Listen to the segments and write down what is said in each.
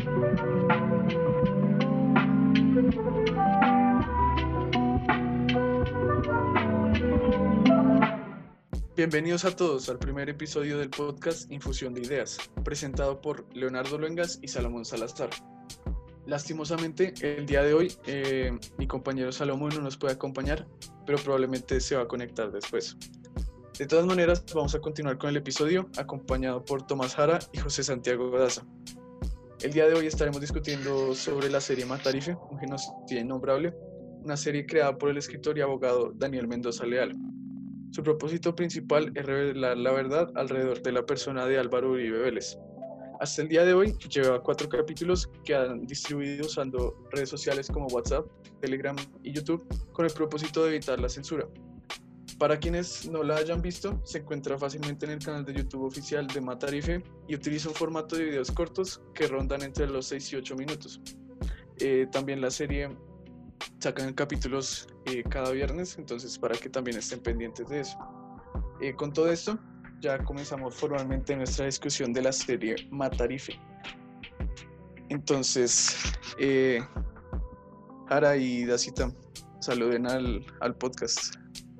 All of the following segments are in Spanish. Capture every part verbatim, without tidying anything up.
Bienvenidos a todos al primer episodio del podcast Infusión de Ideas, presentado por Leonardo Luengas y Salomón Salazar. Lastimosamente, el día de hoy eh, mi compañero Salomón no nos puede acompañar, pero probablemente se va a conectar después. De todas maneras, vamos a continuar con el episodio, acompañado por Tomás Jara y José Santiago Daza. El día de hoy estaremos discutiendo sobre la serie Matarife, un genocidio innombrable, una serie creada por el escritor y abogado Daniel Mendoza Leal. Su propósito principal es revelar la verdad alrededor de la persona de Álvaro Uribe Vélez. Hasta el día de hoy lleva cuatro capítulos que han distribuido usando redes sociales como WhatsApp, Telegram y YouTube con el propósito de evitar la censura. Para quienes no la hayan visto, se encuentra fácilmente en el canal de YouTube oficial de Matarife y utiliza un formato de videos cortos que rondan entre los seis y ocho minutos. Eh, también la serie sacan capítulos eh, cada viernes, entonces para que también estén pendientes de eso. Eh, con todo esto, ya comenzamos formalmente nuestra discusión de la serie Matarife. Entonces, eh, Jara y Dacita, saluden al, al podcast.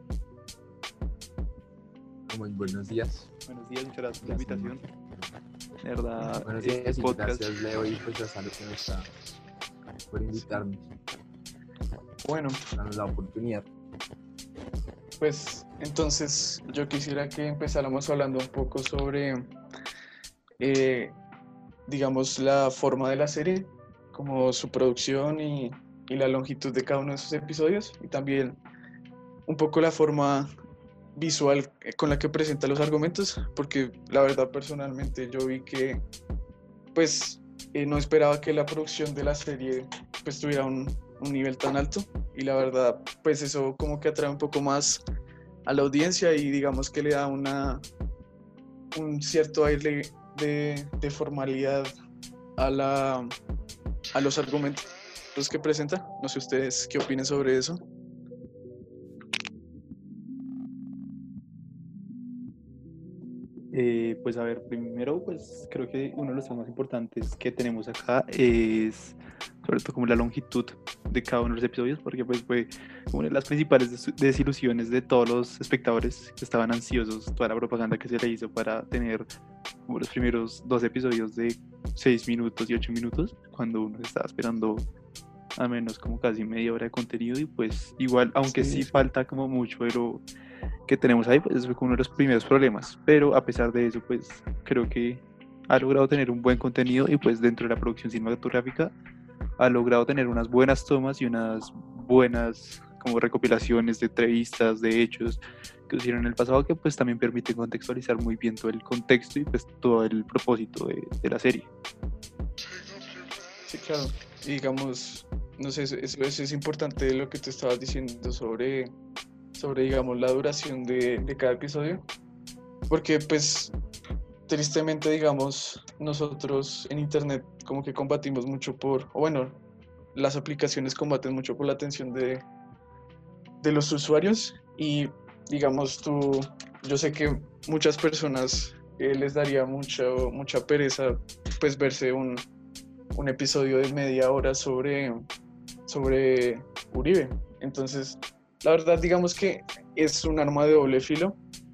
Muy buenos días. Buenos días, muchas gracias por la Gracias, invitación. De verdad, Buenos este días y podcast. gracias Leo y pues a Salud que nos está por invitarnos, Bueno, darnos la oportunidad. pues entonces yo quisiera que empezáramos hablando un poco sobre, eh, digamos, la forma de la serie, como su producción y, y la longitud de cada uno de sus episodios, y también un poco la forma visual con la que presenta los argumentos, porque la verdad personalmente yo vi que pues eh, no esperaba que la producción de la serie pues tuviera un, un nivel tan alto, y la verdad pues eso como que atrae un poco más a la audiencia y digamos que le da una un cierto aire de, de formalidad a la a los argumentos que presenta. No sé ustedes qué opinen sobre eso. Eh, pues a ver, primero, pues creo que uno de los temas más importantes que tenemos acá es sobre todo como la longitud de cada uno de los episodios, porque pues fue una de las principales des- desilusiones de todos los espectadores que estaban ansiosos, toda la propaganda que se le hizo para tener como los primeros dos episodios de seis minutos y ocho minutos, cuando uno estaba esperando a menos como casi media hora de contenido. Y pues igual, aunque sí, Sí. falta como mucho de lo que tenemos ahí, pues eso fue como uno de los primeros problemas, pero a pesar de eso, pues creo que ha logrado tener un buen contenido, y pues dentro de la producción cinematográfica ha logrado tener unas buenas tomas y unas buenas como recopilaciones de entrevistas, de hechos que hicieron en el pasado, que pues también permiten contextualizar muy bien todo el contexto y pues todo el propósito de, de la serie. Sí, claro. Y digamos, no sé, eso, eso- eso es importante lo que te estabas diciendo sobre, sobre digamos, la duración de, de cada episodio. Porque, pues, tristemente, digamos, nosotros en Internet como que combatimos mucho por, o bueno, las aplicaciones combaten mucho por la atención de, de los usuarios. Y, digamos, tú, yo sé que muchas personas eh, les daría mucho, mucha pereza, pues, verse un un episodio de media hora sobre, sobre Uribe. Entonces, la verdad, digamos que es un arma de doble filo.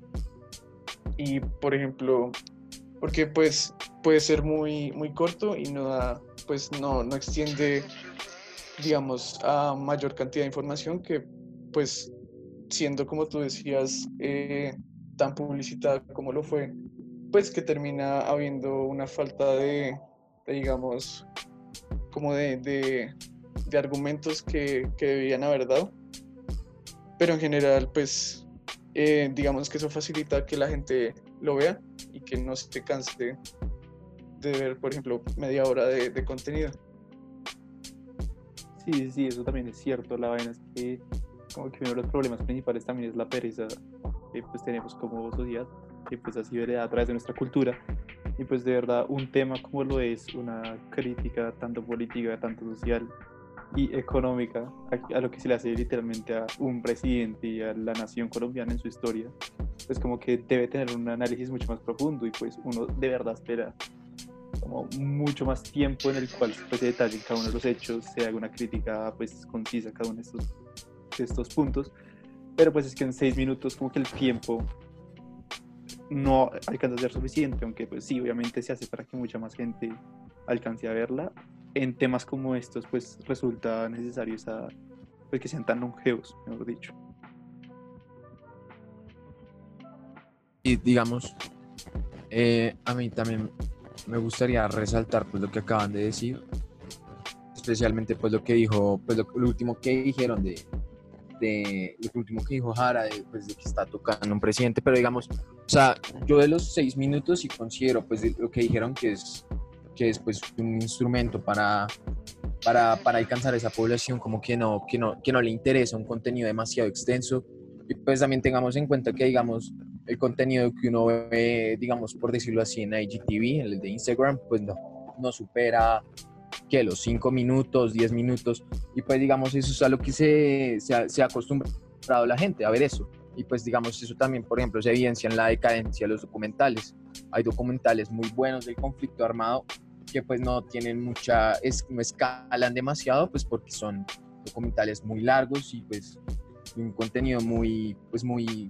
Y, por ejemplo, porque pues puede ser muy, muy corto y no da, pues no, no extiende, digamos, a mayor cantidad de información que, pues, siendo como tú decías, eh, tan publicitada como lo fue, pues que termina habiendo una falta de, de, digamos, como de, de, de argumentos que, que debían haber dado. Pero en general, pues, eh, digamos que eso facilita que la gente lo vea y que no se canse de ver, por ejemplo, media hora de, de contenido. Sí, sí, eso también es cierto. La vaina es que como que uno de los problemas principales también es la pereza que pues tenemos como sociedad, que pues ha sido heredada a través de nuestra cultura. Y pues de verdad un tema como lo es una crítica tanto política, tanto social y económica a, a lo que se le hace literalmente a un presidente y a la nación colombiana en su historia, pues como que debe tener un análisis mucho más profundo, y pues uno de verdad espera como mucho más tiempo en el cual pues, se detallen cada uno de los hechos, se haga una crítica pues concisa a cada uno de estos, de estos puntos, pero pues es que en seis minutos como que el tiempo no alcanza a ser suficiente, aunque pues sí, obviamente se hace para que mucha más gente alcance a verla. En temas como estos pues resulta necesario esa, pues, que sean tan longevos, mejor dicho. Y digamos, eh, a mí también me gustaría resaltar pues lo que acaban de decir, especialmente pues lo que dijo, pues lo, lo último que dijeron de, de lo último que dijo Jara, de, pues de que está tocando un presidente, pero digamos, o sea, yo de los seis minutos sí considero pues de lo que dijeron que es, que es pues un instrumento para, para, para alcanzar esa población como que no, que no, que no le interesa un contenido demasiado extenso, y pues también tengamos en cuenta que digamos el contenido que uno ve, digamos, por decirlo así, en I G T V, en el de Instagram, pues no, no supera que los cinco minutos, diez minutos, y pues digamos eso es a lo que se, se, ha, se ha acostumbrado la gente a ver eso, y pues digamos eso también, por ejemplo, se evidencia en la decadencia de los documentales. Hay documentales muy buenos del conflicto armado que pues no tienen mucha, es, no escalan demasiado, pues porque son documentales muy largos y pues un contenido muy, pues muy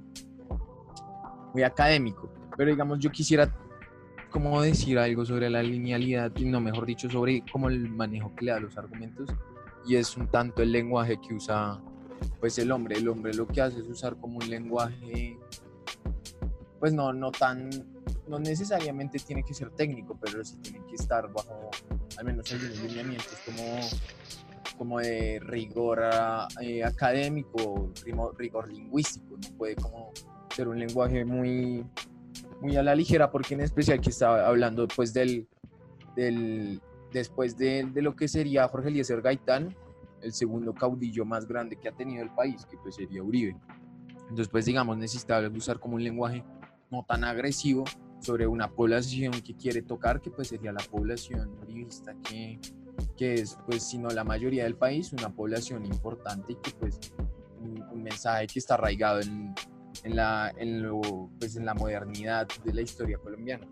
muy académico, pero digamos yo quisiera como decir algo sobre la linealidad, y no, mejor dicho, sobre cómo el manejo que le da a los argumentos, y es un tanto el lenguaje que usa pues el hombre, el hombre lo que hace es usar como un lenguaje pues no, no tan, no necesariamente tiene que ser técnico, pero sí tiene que estar bajo al menos algunos lineamientos como, como de rigor eh, académico, rigor, rigor lingüístico, no puede como ser un lenguaje muy, muy a la ligera, porque en especial que estaba hablando pues del, del después de, de lo que sería Jorge Eliezer Gaitán, el segundo caudillo más grande que ha tenido el país, que pues sería Uribe. Entonces pues digamos necesitaba usar como un lenguaje no tan agresivo sobre una población que quiere tocar, que pues sería la población uribista, que, que es pues si no la mayoría del país, una población importante, y que pues un, un mensaje que está arraigado en en la, en, lo, pues en la modernidad de la historia colombiana.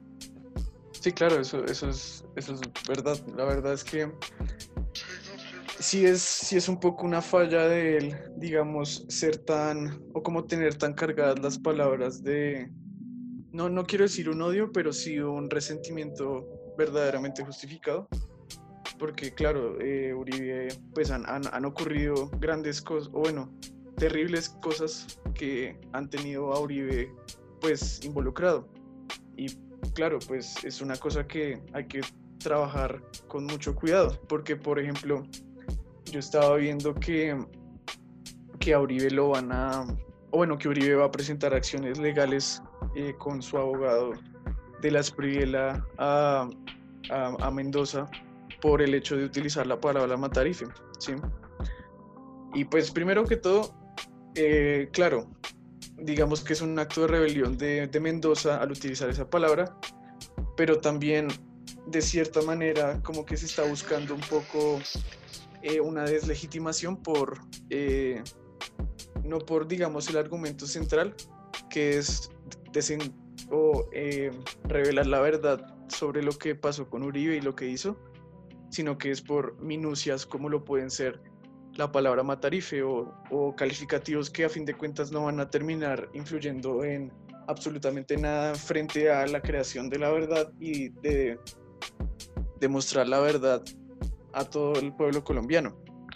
Sí, claro, eso, eso, es, eso es verdad. La verdad es que sí es, sí es un poco una falla de él, digamos, ser tan, o como tener tan cargadas las palabras de, no, no quiero decir un odio, pero sí un resentimiento verdaderamente justificado. Porque claro, eh, Uribe, pues han, han, han ocurrido grandes cosas, o bueno, terribles cosas que han tenido a Uribe pues involucrado, y claro, pues es una cosa que hay que trabajar con mucho cuidado, porque por ejemplo yo estaba viendo que que a Uribe lo van a, o bueno, que Uribe va a presentar acciones legales eh, con su abogado de la Espriella a, a, a Mendoza por el hecho de utilizar la palabra matarife, ¿sí? Y pues primero que todo, Eh, claro, digamos que es un acto de rebelión de, de Mendoza al utilizar esa palabra, pero también de cierta manera como que se está buscando un poco eh, una deslegitimación por, eh, no por digamos el argumento central, que es desen- o, eh, revelar la verdad sobre lo que pasó con Uribe y lo que hizo, sino que es por minucias como lo pueden ser la palabra matarife o, o calificativos que a fin de cuentas no van a terminar influyendo en absolutamente nada frente a la creación de la verdad y de demostrar la verdad a todo el pueblo colombiano.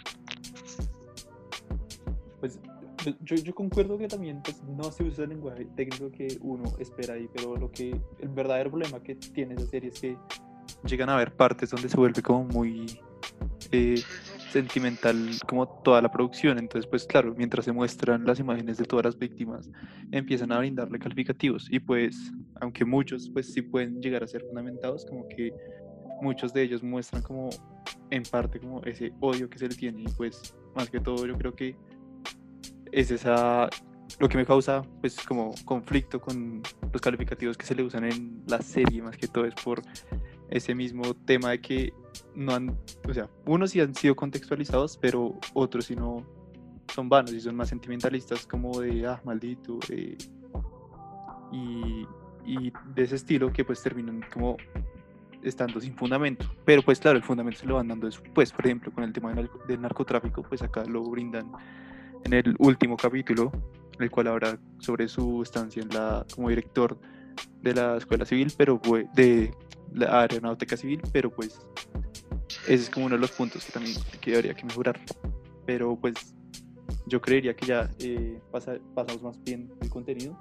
Pues yo, yo concuerdo que también pues, no se usa el lenguaje técnico que uno espera ahí, pero lo que el verdadero problema que tiene esa serie es que llegan a haber partes donde se vuelve como muy eh, sentimental como toda la producción. Entonces pues claro, mientras se muestran las imágenes de todas las víctimas empiezan a brindarle calificativos, y pues aunque muchos pues sí pueden llegar a ser fundamentados, como que muchos de ellos muestran como en parte como ese odio que se le tiene, y pues más que todo yo creo que es esa lo que me causa pues como conflicto con los calificativos que se le usan en la serie, más que todo es por ese mismo tema de que no han, o sea, unos sí han sido contextualizados, pero otros sí no son vanos y son más sentimentalistas, como de ah, maldito, eh, y, y de ese estilo, que pues terminan como estando sin fundamento. Pero pues claro, el fundamento se lo van dando después, por ejemplo, con el tema del, narco- del narcotráfico, pues acá lo brindan en el último capítulo, en el cual habla sobre su estancia en la, como director de la escuela civil, pero fue de la aeronáutica civil, pero pues ese es como uno de los puntos que también que habría que mejorar. Pero pues yo creería que ya eh, pasa, pasamos más bien el contenido.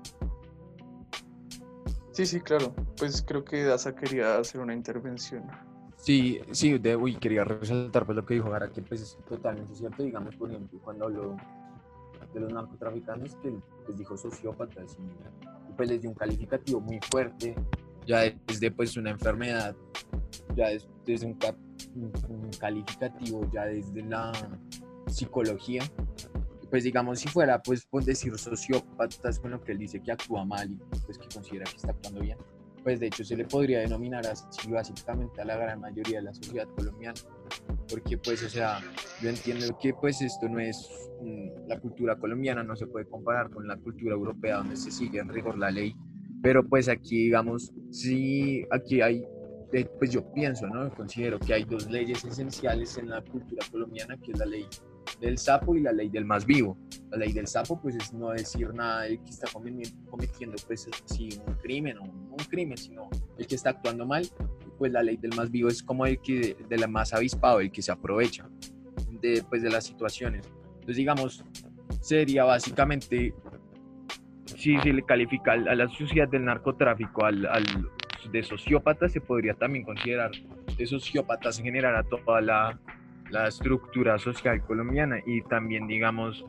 Sí, sí, claro. Pues creo que Daza quería hacer una intervención. Sí, sí, de, uy, quería resaltar pues lo que dijo Gara, que pues es totalmente cierto, digamos, por ejemplo, cuando habló de los narcotraficantes, que él les dijo sociópatas y, y pues les dio un calificativo muy fuerte, ya desde pues una enfermedad, ya des- desde un, cap- un- un calificativo, ya desde la psicología, pues digamos si fuera pues por decir sociópatas con lo que él dice que actúa mal y pues que considera que está actuando bien, pues de hecho se le podría denominar así básicamente a la gran mayoría de la sociedad colombiana, porque pues o sea, yo entiendo que pues esto no es, mm, la cultura colombiana no se puede comparar con la cultura europea donde se sigue en rigor la ley, pero pues aquí digamos, sí, aquí hay, eh, pues yo pienso, ¿no? Considero que hay dos leyes esenciales en la cultura colombiana, que es la ley del sapo y la ley del más vivo. La ley del sapo pues es no decir nada del que está cometiendo, cometiendo pues así un crimen o un, un crimen, sino el que está actuando mal. Pues la ley del más vivo es como el que de la más avispado, el que se aprovecha de, pues, de las situaciones. Entonces digamos, sería básicamente, si se le califica a la sociedad del narcotráfico al, al de sociópata, se podría también considerar de sociópatas en general a toda la, la estructura social colombiana. Y también digamos,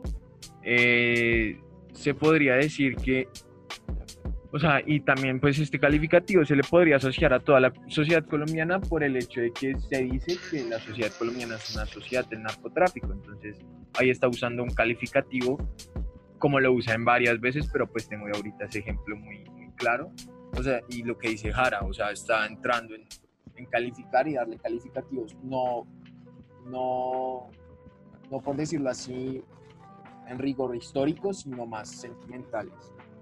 eh, se podría decir que, o sea, y también pues este calificativo se le podría asociar a toda la sociedad colombiana por el hecho de que se dice que la sociedad colombiana es una sociedad del narcotráfico. Entonces ahí está usando un calificativo como lo usa en varias veces, pero pues tengo ahorita ese ejemplo muy, muy claro. O sea, y lo que dice Jara, o sea, está entrando en, en calificar y darle calificativos, no, no, no por decirlo así, en rigor histórico, sino más sentimentales.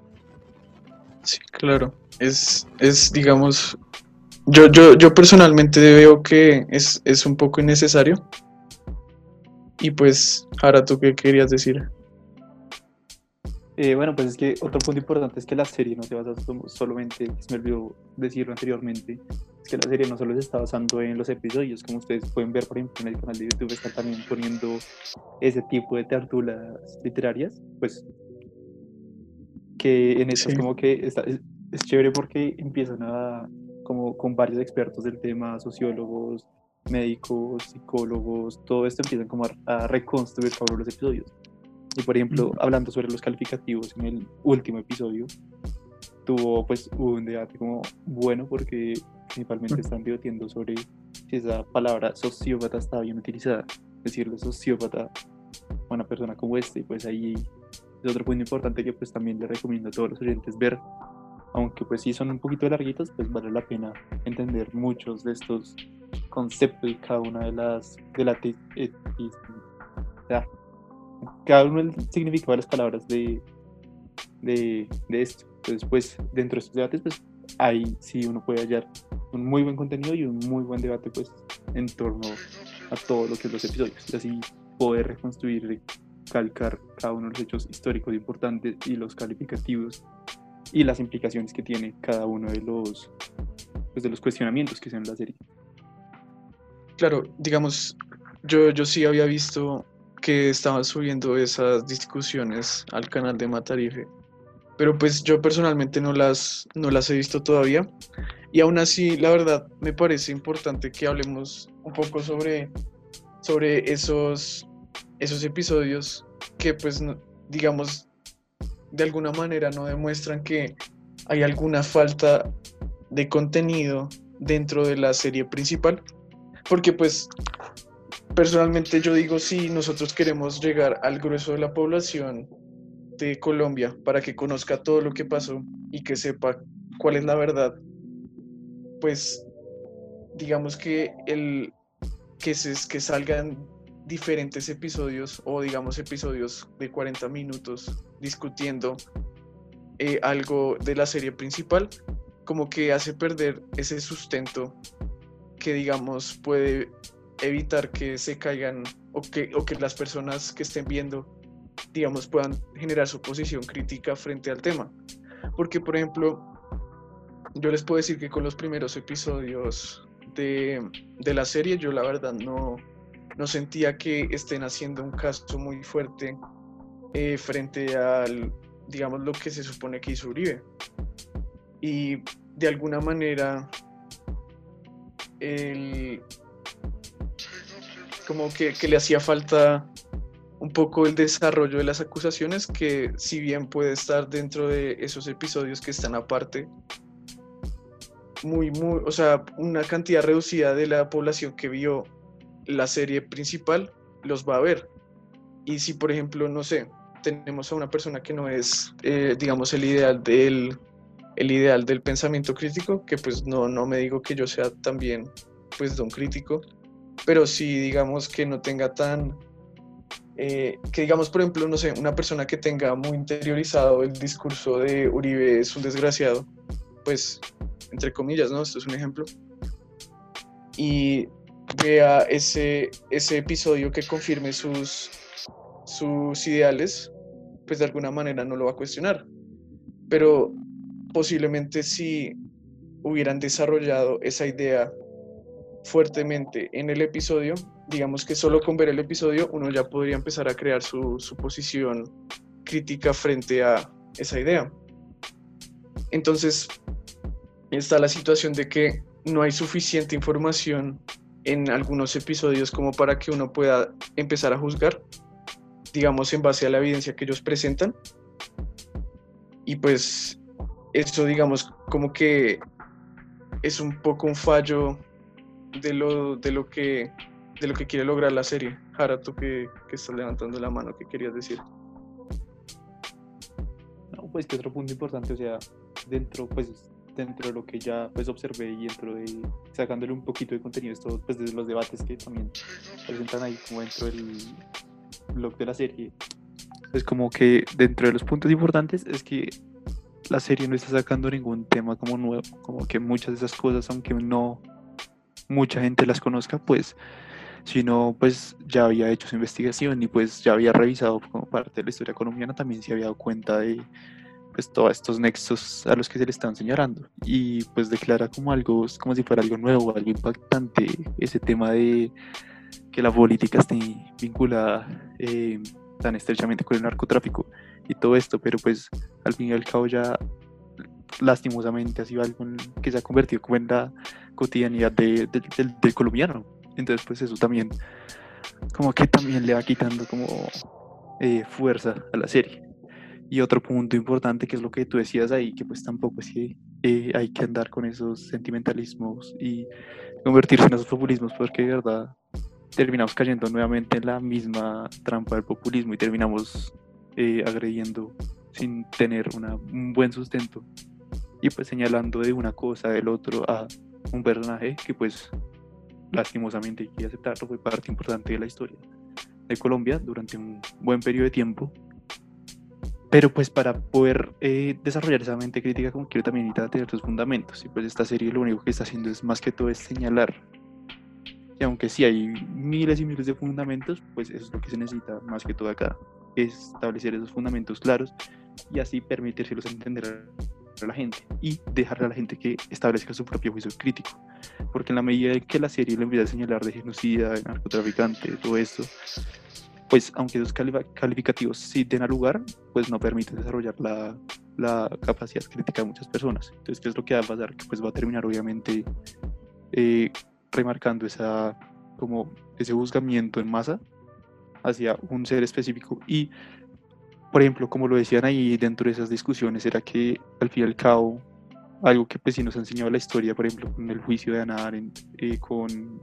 Sí, claro. Es, es digamos, yo, yo, yo personalmente veo que es, es un poco innecesario. Y pues, Jara, ¿tú qué querías decir? Eh, bueno, pues es que otro punto importante es que la serie no se basa so- solamente, se me olvidó decirlo anteriormente, es que la serie no solo se está basando en los episodios, como ustedes pueden ver, por ejemplo, en el canal de YouTube están también poniendo ese tipo de tertulias literarias, pues que en estas Sí, como que está, es, es chévere porque empiezan a, como con varios expertos del tema, sociólogos, médicos, psicólogos, todo esto empiezan como a, a reconstruir cada uno de los episodios. Y por ejemplo, hablando sobre los calificativos en el último episodio, tuvo pues un debate como bueno porque principalmente están debatiendo sobre si esa palabra sociópata está bien utilizada. Decirle sociópata a una persona como este, pues ahí es otro punto importante que pues también le recomiendo a todos los oyentes ver, aunque pues sí son un poquito larguitos, pues vale la pena entender muchos de estos conceptos y cada una de las de la te- eh, y- ah, cada uno del significado de las palabras de, de, de esto. Entonces pues dentro de estos debates pues ahí sí uno puede hallar un muy buen contenido y un muy buen debate pues en torno a todo lo que es los episodios y así poder reconstruir, calcar cada uno de los hechos históricos importantes y los calificativos y las implicaciones que tiene cada uno de los, pues, de los cuestionamientos que se dan en la serie. claro, digamos, yo, yo sí había visto que estaban subiendo esas discusiones al canal de Matarife, pero pues yo personalmente no las, no las he visto todavía. Y aún así, la verdad, me parece importante que hablemos un poco sobre, sobre esos, esos episodios que, pues, no- digamos, de alguna manera no demuestran que hay alguna falta de contenido dentro de la serie principal. Porque, pues, personalmente yo digo, si nosotros queremos llegar al grueso de la población de Colombia para que conozca todo lo que pasó y que sepa cuál es la verdad, pues digamos que el que, se, que salgan diferentes episodios o digamos episodios de cuarenta minutos discutiendo eh, algo de la serie principal, como que hace perder ese sustento que, digamos, puede evitar que se caigan o que, o que las personas que estén viendo, digamos, puedan generar su posición crítica frente al tema. Porque, por ejemplo, yo les puedo decir que con los primeros episodios de, de la serie, yo la verdad no, no sentía que estén haciendo un caso muy fuerte eh, frente al, digamos, lo que se supone que hizo Uribe. Y de alguna manera, el, como que, que le hacía falta un poco el desarrollo de las acusaciones, que si bien puede estar dentro de esos episodios que están aparte, muy, muy, o sea, una cantidad reducida de la población que vio la serie principal los va a ver. Y si, por ejemplo, no sé, tenemos a una persona que no es, eh, digamos, el ideal del, el ideal del pensamiento crítico, que pues no, no me digo que yo sea también, pues, don crítico, pero sí, digamos, que no tenga tan... Eh, que digamos, por ejemplo, no sé, una persona que tenga muy interiorizado el discurso de Uribe es un desgraciado, pues, entre comillas, ¿no? Esto es un ejemplo. Y vea ese, ese episodio que confirme sus, sus ideales, pues de alguna manera no lo va a cuestionar. Pero posiblemente si hubieran desarrollado esa idea fuertemente en el episodio, digamos que solo con ver el episodio uno ya podría empezar a crear su, su posición crítica frente a esa idea. Entonces está la situación de que no hay suficiente información en algunos episodios como para que uno pueda empezar a juzgar, digamos, en base a la evidencia que ellos presentan. Y pues eso, digamos, como que es un poco un fallo de lo, de lo que de lo que quiere lograr la serie. Jara, tú que, que estás levantando la mano, ¿qué querías decir? No, pues que otro punto importante, o sea, dentro, pues, dentro de lo que ya pues observé y dentro de, sacándole un poquito de contenido, esto, pues, de los debates que también presentan ahí como dentro del blog de la serie, es como que dentro de los puntos importantes es que la serie no está sacando ningún tema como nuevo, como que muchas de esas cosas, aunque no mucha gente las conozca, pues, sino pues ya había hecho su investigación y pues ya había revisado como parte de la historia colombiana, también se había dado cuenta de pues todos estos nexos a los que se le están señalando y pues declara como algo, como si fuera algo nuevo, algo impactante, ese tema de que la política esté vinculada eh, tan estrechamente con el narcotráfico y todo esto, pero pues al fin y al cabo ya lastimosamente ha sido algo que se ha convertido como en la cotidianidad de, de, de, del colombiano. Entonces pues eso también como que también le va quitando como eh, fuerza a la serie. Y otro punto importante que es lo que tú decías ahí, que pues tampoco es que eh, hay que andar con esos sentimentalismos y convertirse en esos populismos, porque de verdad terminamos cayendo nuevamente en la misma trampa del populismo y terminamos eh, agrediendo sin tener una, un buen sustento y pues señalando de una cosa del otro a un personaje que pues lastimosamente hay que aceptarlo, fue parte importante de la historia de Colombia durante un buen periodo de tiempo, pero pues para poder eh, desarrollar esa mente crítica como quiero también necesita tener sus fundamentos y pues esta serie lo único que está haciendo es más que todo es señalar. Y aunque sí hay miles y miles de fundamentos, pues eso es lo que se necesita más que todo acá, es establecer esos fundamentos claros y así permitírselos entender a la gente y dejar a la gente que establezca su propio juicio crítico. Porque en la medida en que la serie le empieza a señalar de genocida, de narcotraficante, todo esto, pues aunque esos calificativos sí den a lugar, pues no permiten desarrollar la, la capacidad crítica de muchas personas. Entonces, ¿qué es lo que va a pasar? Que pues va a terminar obviamente... Eh, remarcando esa, como ese juzgamiento en masa hacia un ser específico y, por ejemplo, como lo decían ahí dentro de esas discusiones, era que al fin y al cabo, algo que pues sí nos ha enseñado la historia, por ejemplo, con el juicio de Hannah Arendt, eh, con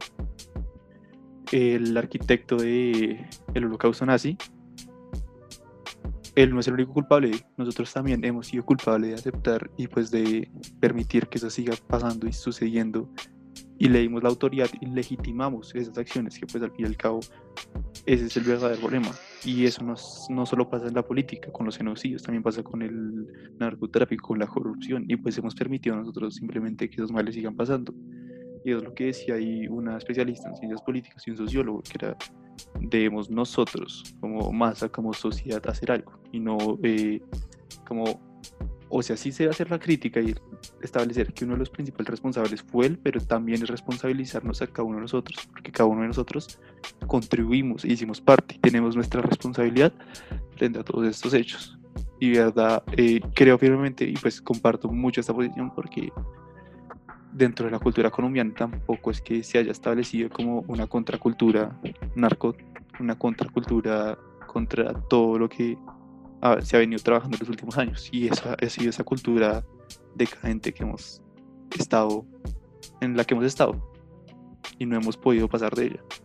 el arquitecto del holocausto nazi, él no es el único culpable, nosotros también hemos sido culpables de aceptar y pues de permitir que eso siga pasando y sucediendo y le dimos la autoridad y legitimamos esas acciones, que pues al fin y al cabo ese es el verdadero problema. Y eso no, no solo pasa en la política, con los genocidios, también pasa con el narcotráfico, con la corrupción, y pues hemos permitido a nosotros simplemente que esos males sigan pasando. Y es lo que decía ahí una especialista en ciencias políticas y un sociólogo, que era, debemos nosotros como masa, como sociedad, hacer algo, y no eh, como, o sea, sí se debe hacer la crítica y establecer que uno de los principales responsables fue él, pero también es responsabilizarnos a cada uno de nosotros, porque cada uno de nosotros contribuimos, hicimos parte y tenemos nuestra responsabilidad frente a todos estos hechos. Y verdad, eh, creo firmemente y pues comparto mucho esta posición, porque dentro de la cultura colombiana tampoco es que se haya establecido como una contracultura narco, una contracultura contra todo lo que ah, se ha venido trabajando en los últimos años, y esa ha sido esa cultura decadente que hemos estado, en la que hemos estado y no hemos podido pasar de ella.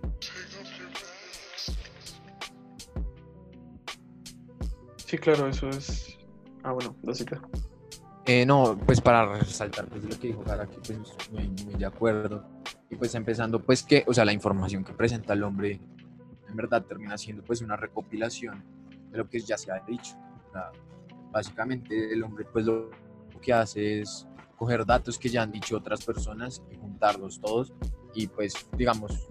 Sí, claro, eso es... Ah, bueno, Dosita. Eh, no, pues para resaltar pues, lo que dijo Jara, que pues muy, muy de acuerdo. Y pues empezando, pues que, o sea, la información que presenta el hombre en verdad termina siendo pues una recopilación de lo que ya se ha dicho. O sea, básicamente el hombre pues lo que hace es coger datos que ya han dicho otras personas y juntarlos todos. Y pues, digamos,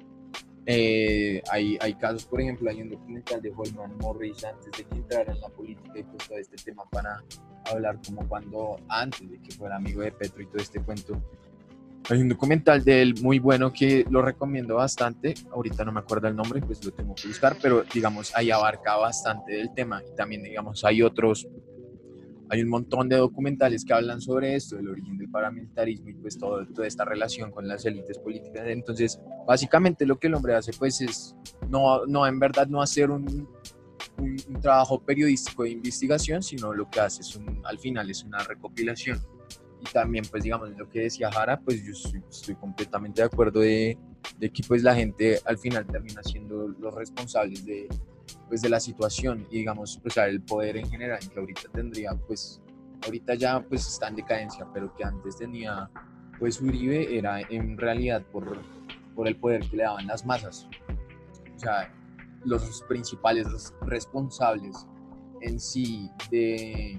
eh, hay, hay casos, por ejemplo, hay un documental de Holman Morris antes de que entrara en la política y pues todo este tema para hablar como cuando, antes de que fuera amigo de Petro y todo este cuento. Hay un documental de él muy bueno que lo recomiendo bastante, ahorita no me acuerdo el nombre, pues lo tengo que buscar, pero digamos ahí abarca bastante del tema. Y también digamos hay otros, hay un montón de documentales que hablan sobre esto, el origen del paramilitarismo y pues todo, toda esta relación con las élites políticas. Entonces básicamente lo que el hombre hace pues es no, no en verdad no hacer un Un, un trabajo periodístico de investigación, sino lo que hace es un, al final es una recopilación. Y también pues digamos lo que decía Jara, pues yo estoy, estoy completamente de acuerdo de, de que pues la gente al final termina siendo los responsables de, pues, de la situación y digamos, o sea, el poder en general que ahorita tendría, pues ahorita ya pues está en decadencia, pero que antes tenía pues Uribe era en realidad por, por el poder que le daban las masas. O sea, los principales responsables en sí de,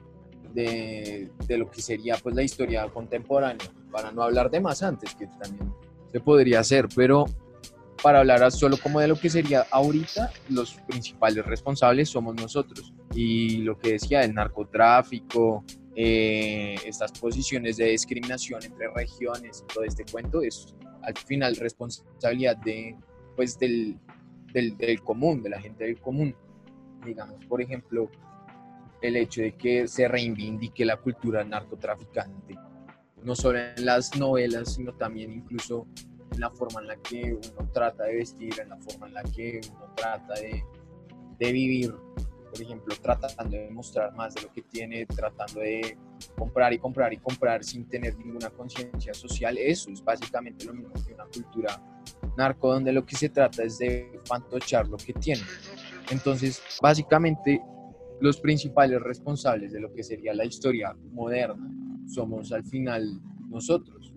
de, de lo que sería pues la historia contemporánea, para no hablar de más antes, que también se podría hacer, pero para hablar solo como de lo que sería ahorita, los principales responsables somos nosotros. Y lo que decía, el narcotráfico, eh, estas posiciones de discriminación entre regiones, todo este cuento, es al final responsabilidad de, pues, del Del, del común, de la gente del común. Digamos, por ejemplo, el hecho de que se reivindique la cultura narcotraficante, no solo en las novelas, sino también incluso en la forma en la que uno trata de vestir, en la forma en la que uno trata de, de vivir, por ejemplo, tratando de mostrar más de lo que tiene, tratando de comprar y comprar y comprar sin tener ninguna conciencia social. Eso es básicamente lo mismo que una cultura narco, donde lo que se trata es de fantochar lo que tiene. Entonces, básicamente, los principales responsables de lo que sería la historia moderna somos al final nosotros.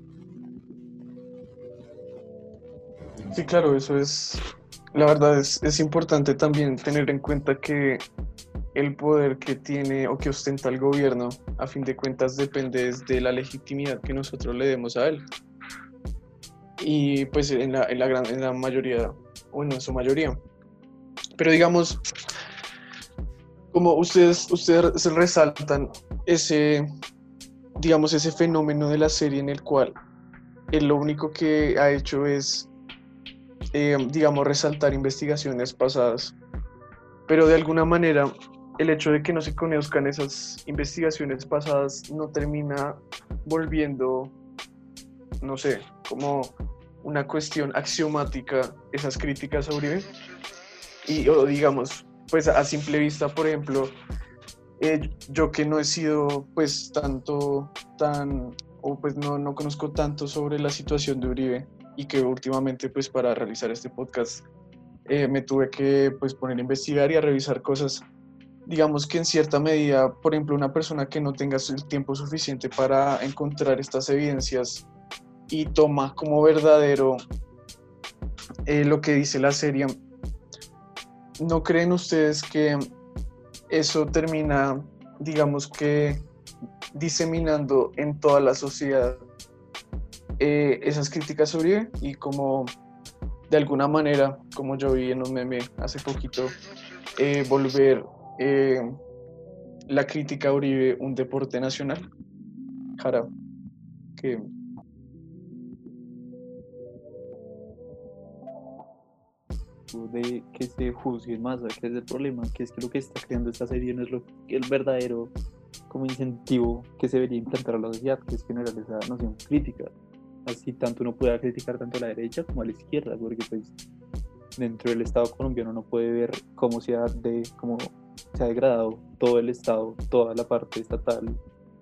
Sí, claro, eso es, la verdad es, es importante también tener en cuenta que el poder que tiene o que ostenta el gobierno, a fin de cuentas, depende de la legitimidad que nosotros le demos a él. Y pues en la, en la, gran, en la mayoría, bueno, en su mayoría. Pero digamos, como ustedes, ustedes se resaltan ese, digamos, ese fenómeno de la serie en el cual él lo único que ha hecho es, eh, digamos, resaltar investigaciones pasadas. Pero de alguna manera, el hecho de que no se conozcan esas investigaciones pasadas no termina volviendo, no sé, como una cuestión axiomática esas críticas a Uribe. Y o digamos, pues a simple vista, por ejemplo, eh, yo que no he sido pues tanto, tan, o pues no, no conozco tanto sobre la situación de Uribe y que últimamente pues para realizar este podcast eh, me tuve que pues poner a investigar y a revisar cosas. Digamos que en cierta medida, por ejemplo, una persona que no tenga el tiempo suficiente para encontrar estas evidencias y toma como verdadero eh, lo que dice la serie, ¿no creen ustedes que eso termina, digamos que, diseminando en toda la sociedad eh, esas críticas sobre Uribe? Y como de alguna manera, como yo vi en un meme hace poquito, eh, volver eh, la crítica a Uribe un deporte nacional. Jara, que de que se juzgue más, que es el problema, que es que lo que está creando esta serie no es lo que el verdadero como incentivo que se debería implantar a la sociedad, que es generar esa noción crítica. Así tanto uno pueda criticar tanto a la derecha como a la izquierda, porque pues dentro del Estado colombiano uno puede ver cómo se ha, de, cómo se ha degradado todo el Estado, toda la parte estatal,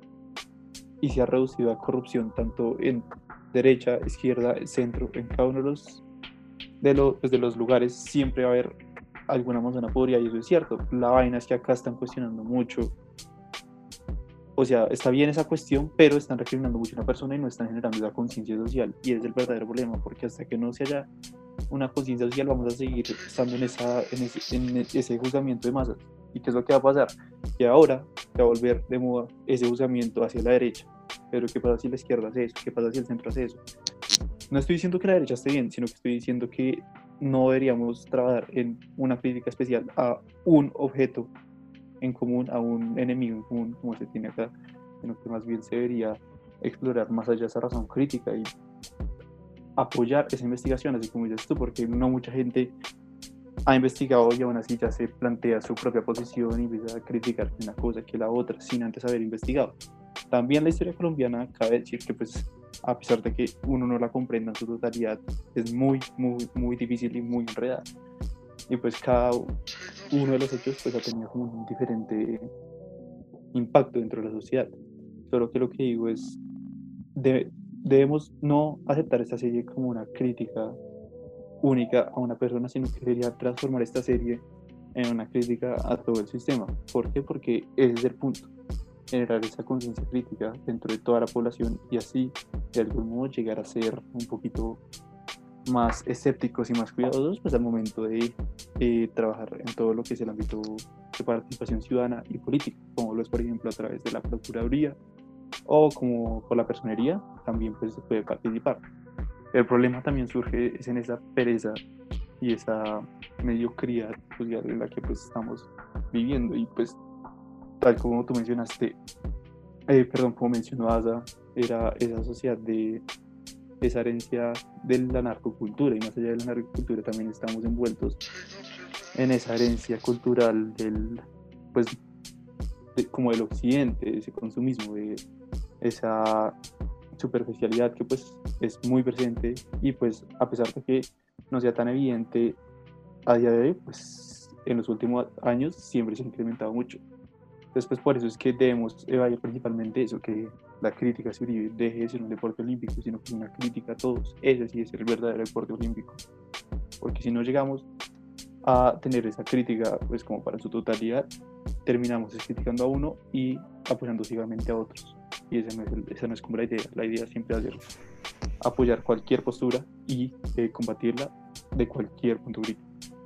y se ha reducido a corrupción tanto en derecha, izquierda, centro, en cada uno de los de, lo, pues de los lugares siempre va a haber alguna manzana podrida, y eso es cierto. La vaina es que acá están cuestionando mucho, o sea, está bien esa cuestión, pero están recriminando mucho a una persona y no están generando esa conciencia social, y ese es el verdadero problema, porque hasta que no se haya una conciencia social vamos a seguir estando en, esa, en, ese, en ese juzgamiento de masas. ¿Y qué es lo que va a pasar? Que ahora se va a volver de moda ese juzgamiento hacia la derecha, pero ¿qué pasa si la izquierda hace eso? ¿Qué pasa si el centro hace eso? No estoy diciendo que la derecha esté bien, sino que estoy diciendo que no deberíamos trabajar en una crítica especial a un objeto en común, a un enemigo en común, como se tiene acá, sino que más bien se debería explorar más allá de esa razón crítica y apoyar esa investigación, así como dices tú, porque no mucha gente ha investigado y aún así ya se plantea su propia posición y empieza a criticar una cosa que la otra sin antes haber investigado. También la historia colombiana, cabe decir que pues a pesar de que uno no la comprenda en su totalidad, es muy, muy, muy difícil y muy enredada. Y pues cada uno de los hechos pues ha tenido como un diferente impacto dentro de la sociedad. Solo que lo que digo es, de, debemos no aceptar esta serie como una crítica única a una persona, sino que debería transformar esta serie en una crítica a todo el sistema. ¿Por qué? Porque ese es el punto. Generar esa conciencia crítica dentro de toda la población y así de algún modo llegar a ser un poquito más escépticos y más cuidadosos pues al momento de eh, trabajar en todo lo que es el ámbito de participación ciudadana y política, como lo es por ejemplo a través de la Procuraduría o como por la personería también pues se puede participar. El problema también surge es en esa pereza y esa mediocridad social en la que pues estamos viviendo y pues tal como tú mencionaste, eh, perdón, como mencionó Asa, era esa sociedad de esa herencia de la narcocultura, y más allá de la narcocultura también estamos envueltos en esa herencia cultural del, pues, de, como del occidente, ese consumismo, de esa superficialidad que pues es muy presente y pues a pesar de que no sea tan evidente a día de hoy, pues en los últimos años siempre se ha incrementado mucho. Entonces, pues por eso es que debemos evaluar principalmente eso, que la crítica hacia Uribe deje de ser un deporte olímpico, sino que una crítica a todos. Ese sí es el verdadero deporte olímpico. Porque si no llegamos a tener esa crítica, pues como para su totalidad, terminamos criticando a uno y apoyando ciegamente a otros. Y esa no es, el, esa no es como la idea. La idea siempre es hacer, apoyar cualquier postura y eh, combatirla de cualquier punto de vista.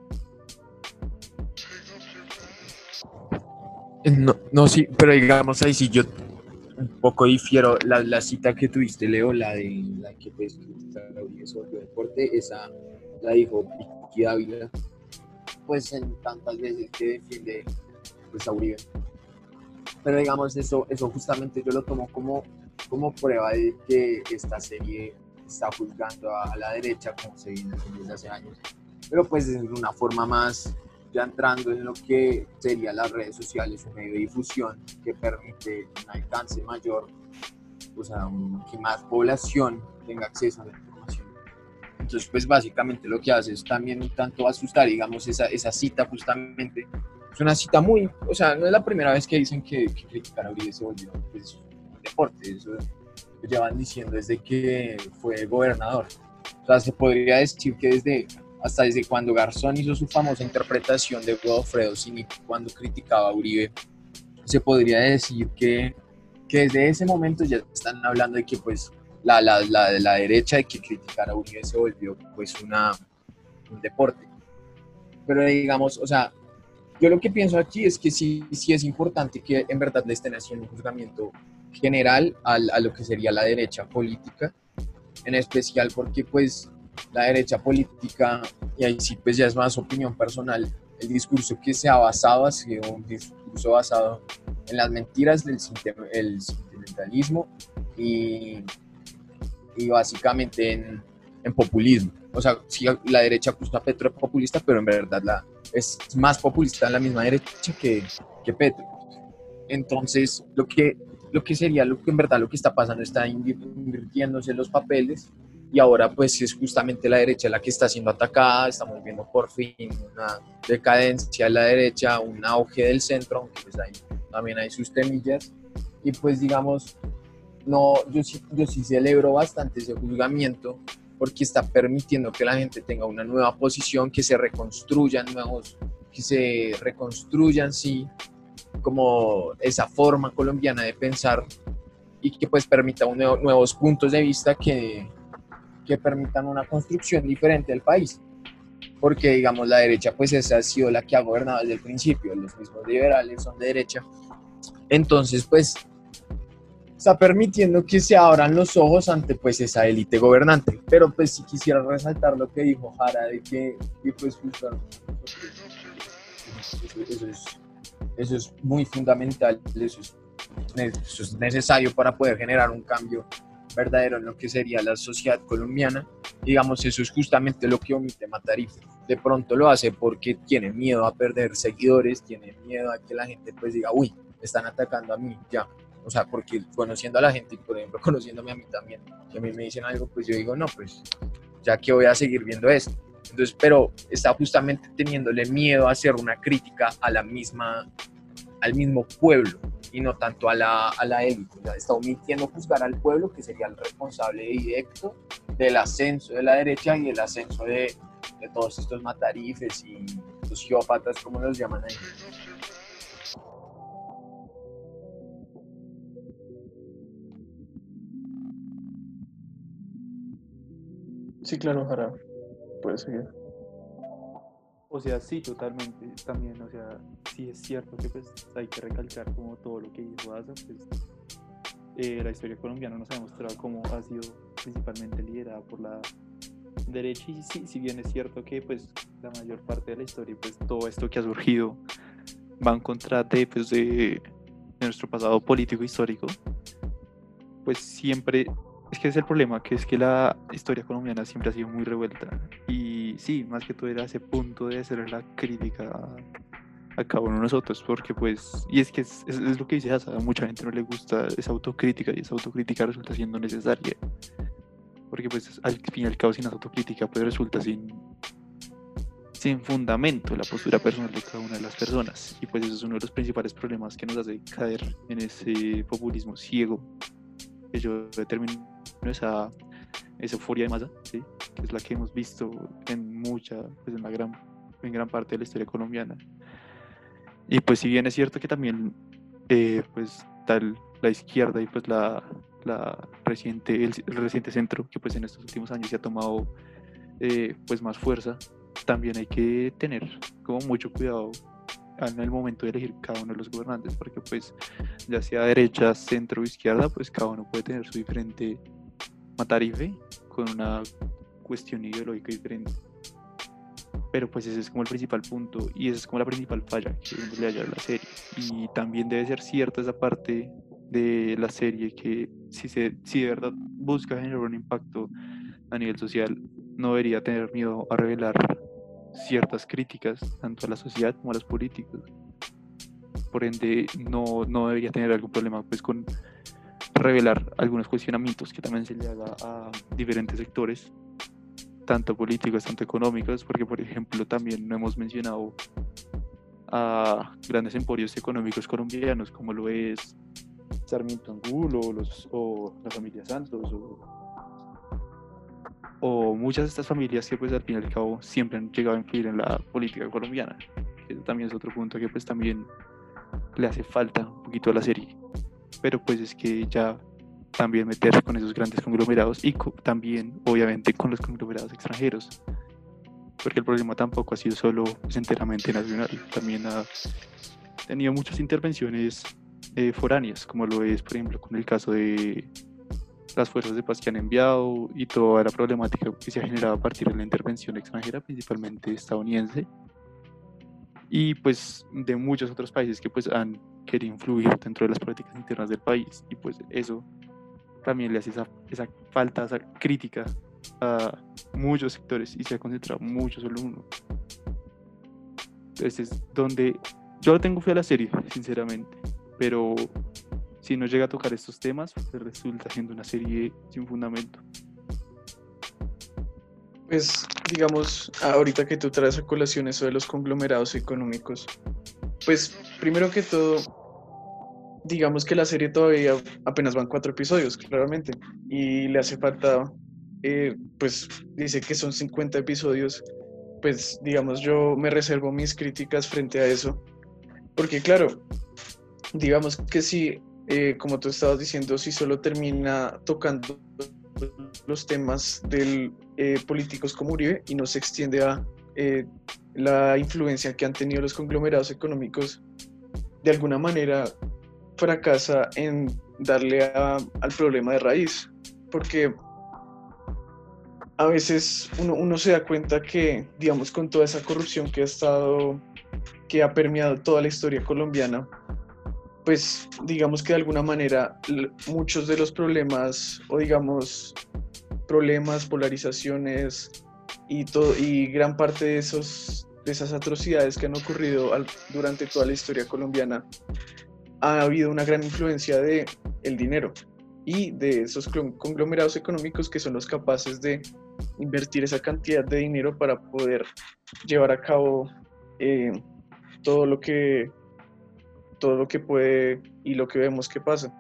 No, no, sí, pero digamos ahí sí yo un poco difiero. La, la cita que tuviste, Leo, la de la que pues la Uribe se volvió deporte, esa la dijo Vicky Dávila, pues en tantas veces que defiende pues a Uribe. Pero digamos eso, eso justamente yo lo tomo como, como prueba de que esta serie está juzgando a, a la derecha como se viene desde hace años, pero pues de una forma más, ya entrando en lo que serían las redes sociales, un medio de difusión que permite un alcance mayor, o sea, un, que más población tenga acceso a la información. Entonces, pues básicamente lo que hace es también un tanto asustar, digamos, esa, esa cita justamente. Es una cita muy, o sea, no es la primera vez que dicen que, que criticar a Uribe se volvió pues, un deporte, eso lo llevan diciendo desde que fue gobernador. O sea, se podría decir que desde hasta desde cuando Garzón hizo su famosa interpretación de Godofredo Cinic cuando criticaba a Uribe, se podría decir que, que desde ese momento ya están hablando de que pues la, la, la de la derecha de que criticar a Uribe se volvió pues una, un deporte. Pero digamos, o sea, yo lo que pienso aquí es que sí, sí es importante que en verdad le estén haciendo un juzgamiento general a, a lo que sería la derecha política, en especial porque pues la derecha política, y ahí sí pues ya es más opinión personal, el discurso que se ha basado ha sido un discurso basado en las mentiras del el sentimentalismo y, y básicamente en, en populismo. O sea, sí, la derecha acusa a Petro de populista, pero en verdad la, es más populista la misma derecha que, que Petro. Entonces, lo que, lo que sería, lo que en verdad lo que está pasando, está invirtiéndose los papeles y ahora pues es justamente la derecha la que está siendo atacada. Estamos viendo por fin una decadencia de la derecha, un auge del centro, aunque pues ahí también hay sus temillas. Y pues digamos, no, yo sí, yo sí celebro bastante ese juzgamiento porque está permitiendo que la gente tenga una nueva posición, que se reconstruyan nuevos, que se reconstruyan, sí, como esa forma colombiana de pensar y que pues permita un nuevo, nuevos puntos de vista que, que permitan una construcción diferente del país. Porque digamos la derecha pues esa ha sido la que ha gobernado desde el principio, los mismos liberales son de derecha, entonces pues está permitiendo que se abran los ojos ante pues esa élite gobernante. Pero pues sí quisiera resaltar lo que dijo Jara de que, que pues justo eso, eso es Eso es muy fundamental, eso es, eso es necesario para poder generar un cambio verdadero en lo que sería la sociedad colombiana. Digamos, eso es justamente lo que omite Matarife. De pronto lo hace porque tiene miedo a perder seguidores, tiene miedo a que la gente pues diga, uy, me están atacando a mí, ya. O sea, porque conociendo a la gente y por ejemplo conociéndome a mí también, que a mí me dicen algo, pues yo digo, no, pues ya que voy a seguir viendo esto. Entonces, pero está justamente teniéndole miedo a hacer una crítica a la misma, al mismo pueblo y no tanto a la, a la élite. O sea, está omitiendo juzgar al pueblo, que sería el responsable directo del ascenso de la derecha y el ascenso de, de todos estos matarifes y sociópatas, como los llaman ahí. Sí, claro, Jara, puedes seguir. O sea, sí, totalmente. También, o sea, sí es cierto que pues hay que recalcar como todo lo que hizo Asa, pues eh, la historia colombiana nos ha demostrado cómo ha sido principalmente liderada por la derecha. Y sí, si bien es cierto que pues la mayor parte de la historia, pues todo esto que ha surgido va en contra de, pues, de, de nuestro pasado político histórico, pues siempre, es que es el problema, que es que la historia colombiana siempre ha sido muy revuelta. Y sí, más que todo era ese punto de hacer la crítica a, a cada uno de nosotros, porque pues, y es que es, es, es lo que dice Asa, a mucha gente no le gusta esa autocrítica y esa autocrítica resulta siendo necesaria, porque pues al fin y al cabo sin esa autocrítica pues resulta sin, sin fundamento la postura personal de cada una de las personas, y pues eso es uno de los principales problemas que nos hace caer en ese populismo ciego que yo determino esa, esa euforia de masa, ¿sí? Que es la que hemos visto en mucha, pues en la gran, en gran parte de la historia colombiana. Y pues si bien es cierto que también eh, pues tal la izquierda y pues la, la reciente, el, el reciente centro que pues en estos últimos años se ha tomado eh, pues más fuerza, también hay que tener como mucho cuidado en el momento de elegir cada uno de los gobernantes, porque pues ya sea derecha, centro o izquierda, pues cada uno puede tener su diferente matarife con una cuestión ideológica diferente. Pero pues ese es como el principal punto y esa es como la principal falla que uno le halla a la serie. Y también debe ser cierta esa parte de la serie que si, se, si de verdad busca generar un impacto a nivel social, no debería tener miedo a revelar ciertas críticas tanto a la sociedad como a los políticos. Por ende, no, no debería tener algún problema pues con revelar algunos cuestionamientos que también se le haga a diferentes sectores, tanto políticos, tanto económicos, porque por ejemplo también no hemos mencionado a grandes emporios económicos colombianos como lo es Sarmiento Angulo o, los, o la familia Santos o o muchas de estas familias que pues al fin y al cabo siempre han llegado a influir en la política colombiana. Eso también es otro punto que pues también le hace falta un poquito a la serie. Pero pues es que ya también meterse con esos grandes conglomerados y co- también, obviamente, con los conglomerados extranjeros. Porque el problema tampoco ha sido solo pues, enteramente nacional, también ha tenido muchas intervenciones eh, foráneas, como lo es, por ejemplo, con el caso de las fuerzas de paz que han enviado y toda la problemática que se ha generado a partir de la intervención extranjera, principalmente estadounidense, y pues de muchos otros países que pues han querido influir dentro de las políticas internas del país, y pues eso también le hace esa, esa falta, esa crítica a muchos sectores y se ha concentrado mucho solo en uno. Entonces es donde yo lo tengo fe a la serie, sinceramente, pero si no llega a tocar estos temas, pues resulta siendo una serie sin fundamento. Pues, digamos, ahorita que tú traes a colación eso de los conglomerados económicos, pues, primero que todo, digamos que la serie todavía apenas van cuatro episodios, claramente, y le hace falta, eh, pues, dice que son cincuenta episodios, pues, digamos, yo me reservo mis críticas frente a eso, porque, claro, digamos que si, eh, como tú estabas diciendo, si solo termina tocando los temas del eh, políticos como Uribe y no se extiende a eh, la influencia que han tenido los conglomerados económicos, de alguna manera fracasa en darle a, al problema de raíz, porque a veces uno, uno se da cuenta que, digamos, con toda esa corrupción que ha estado, que ha permeado toda la historia colombiana, pues digamos que de alguna manera l- muchos de los problemas, o digamos problemas, polarizaciones y, todo, y gran parte de, esos, de esas atrocidades que han ocurrido al, durante toda la historia colombiana, ha habido una gran influencia de el dinero y de esos conglomerados económicos que son los capaces de invertir esa cantidad de dinero para poder llevar a cabo eh, todo lo que todo lo que puede y lo que vemos que pasa.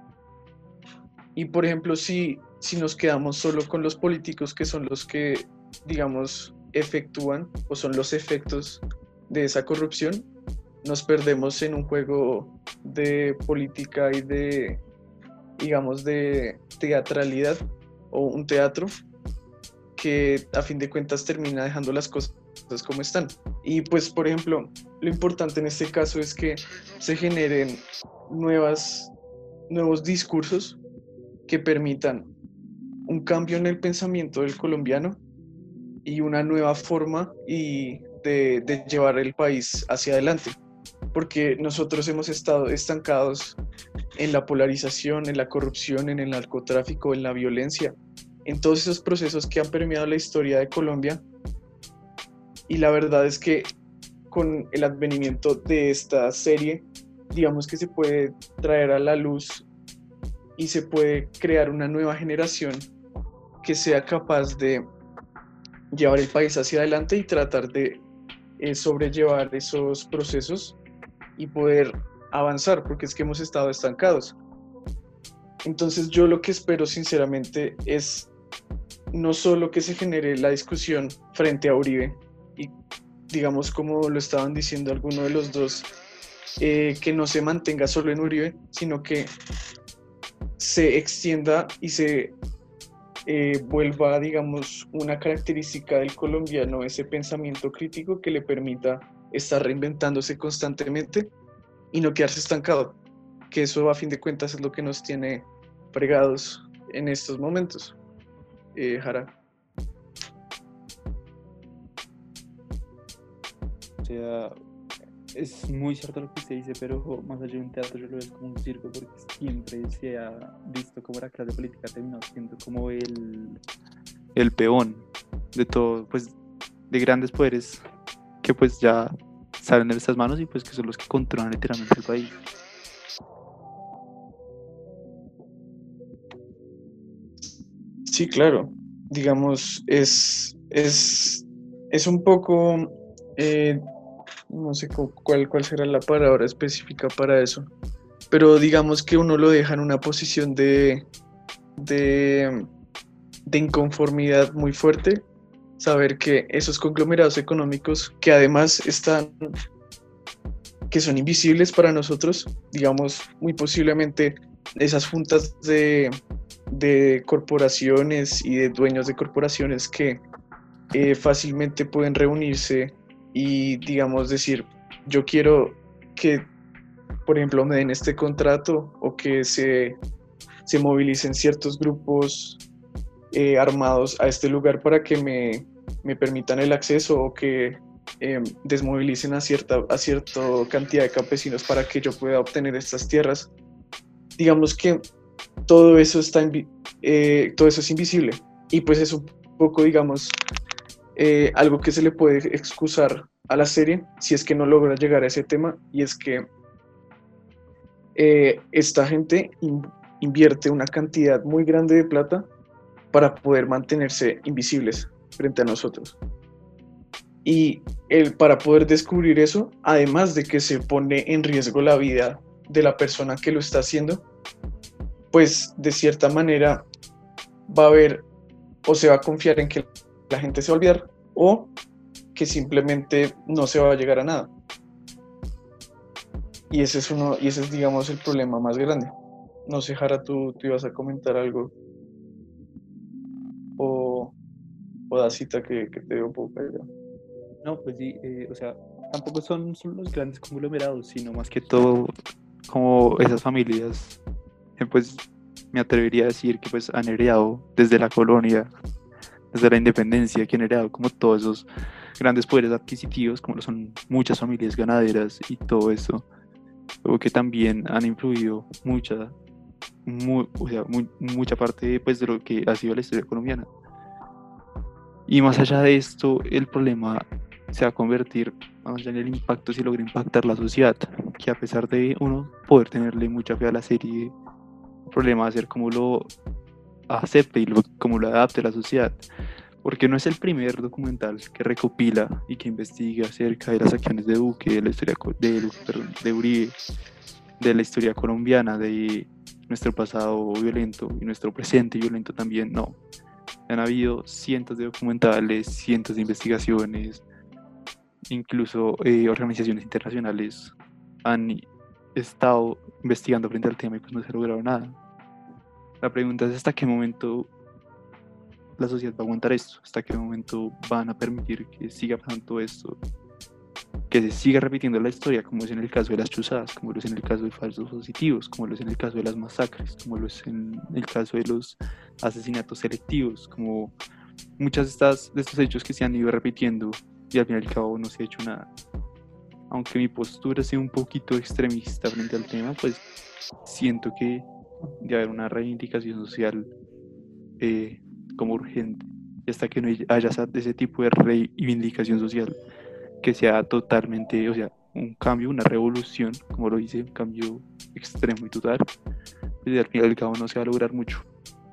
Y por ejemplo, si, si nos quedamos solo con los políticos que son los que, digamos, efectúan o son los efectos de esa corrupción, nos perdemos en un juego de política y de, digamos, de teatralidad o un teatro que a fin de cuentas termina dejando las cosas como están. Y pues, por ejemplo, lo importante en este caso es que se generen nuevas, nuevos discursos que permitan un cambio en el pensamiento del colombiano y una nueva forma y de, de llevar el país hacia adelante. Porque nosotros hemos estado estancados en la polarización, en la corrupción, en el narcotráfico, en la violencia, en todos esos procesos que han permeado la historia de Colombia. Y la verdad es que con el advenimiento de esta serie, digamos que se puede traer a la luz y se puede crear una nueva generación que sea capaz de llevar el país hacia adelante y tratar de eh, sobrellevar esos procesos y poder avanzar, porque es que hemos estado estancados. Entonces yo lo que espero sinceramente es no solo que se genere la discusión frente a Uribe y digamos como lo estaban diciendo algunos de los dos, eh, que no se mantenga solo en Uribe, sino que se extienda y se eh, vuelva, digamos, una característica del colombiano, ese pensamiento crítico que le permita estar reinventándose constantemente y no quedarse estancado, que eso a fin de cuentas es lo que nos tiene fregados en estos momentos. Eh, Jara. O sea, es muy cierto lo que se dice, pero más allá de un teatro yo lo veo como un circo, porque siempre se ha visto como la clase política ha terminado siendo como el, el peón de todo, pues de grandes poderes que pues ya salen de estas manos y pues que son los que controlan literalmente el país. Sí, claro. Digamos, es, es, es un poco, eh, no sé cu- cuál, cuál será la palabra específica para eso, pero digamos que uno lo deja en una posición de, de, de inconformidad muy fuerte, saber que esos conglomerados económicos que además están, que son invisibles para nosotros, digamos, muy posiblemente esas juntas de, de corporaciones y de dueños de corporaciones que eh, fácilmente pueden reunirse y, digamos, decir, yo quiero que, por ejemplo, me den este contrato o que se, se movilicen ciertos grupos eh, armados a este lugar para que me, me permitan el acceso o que eh, desmovilicen a cierta, a cierta cantidad de campesinos para que yo pueda obtener estas tierras. Digamos que todo eso, está invi- eh, todo eso es invisible y pues es un poco, digamos, eh, algo que se le puede excusar a la serie si es que no logra llegar a ese tema, y es que eh, esta gente in- invierte una cantidad muy grande de plata para poder mantenerse invisibles frente a nosotros. Y el, para poder descubrir eso, además de que se pone en riesgo la vida de la persona que lo está haciendo, pues de cierta manera va a ver o se va a confiar en que la gente se va a olvidar o que simplemente no se va a llegar a nada. Y ese es uno, y ese es, digamos, el problema más grande. No sé, Jara, tú, tú ibas a comentar algo o, o Dacita que, que te veo un poco callado. No, pues sí, eh, o sea, tampoco son, son los grandes conglomerados, sino más que todo como esas familias, eh, pues me atrevería a decir que pues han heredado desde la colonia, desde la independencia, que han heredado como todos esos grandes poderes adquisitivos, como lo son muchas familias ganaderas y todo eso, o que también han influido mucha, mu- o sea, mu- mucha parte pues de lo que ha sido la historia colombiana. Y más allá de esto, el problema se va a convertir, más allá en el impacto, si logra impactar la sociedad, que a pesar de uno poder tenerle mucha fe a la serie, el problema va a ser cómo lo acepte y lo, cómo lo adapte a la sociedad, porque no es el primer documental que recopila y que investiga acerca de las acciones de Duque, de la historia co- de, perdón, de Uribe, de la historia colombiana, de nuestro pasado violento y nuestro presente violento también. No, han habido cientos de documentales, cientos de investigaciones, incluso eh, organizaciones internacionales han estado investigando frente al tema y pues no se ha logrado nada. La pregunta es hasta qué momento la sociedad va a aguantar esto, hasta qué momento van a permitir que siga pasando todo esto, que se siga repitiendo la historia, como es en el caso de las chuzadas, como lo es en el caso de falsos positivos, como lo es en el caso de las masacres, como lo es en el caso de los asesinatos selectivos, como muchas de, estas, de estos hechos que se han ido repitiendo y al fin y al cabo no se ha hecho nada. Aunque mi postura sea un poquito extremista frente al tema, pues siento que debe haber una reivindicación social eh, como urgente. Y hasta que no haya esa- ese tipo de reivindicación social que sea totalmente, o sea, un cambio, una revolución, como lo dice, un cambio extremo y total, pues al fin y al cabo no se va a lograr mucho.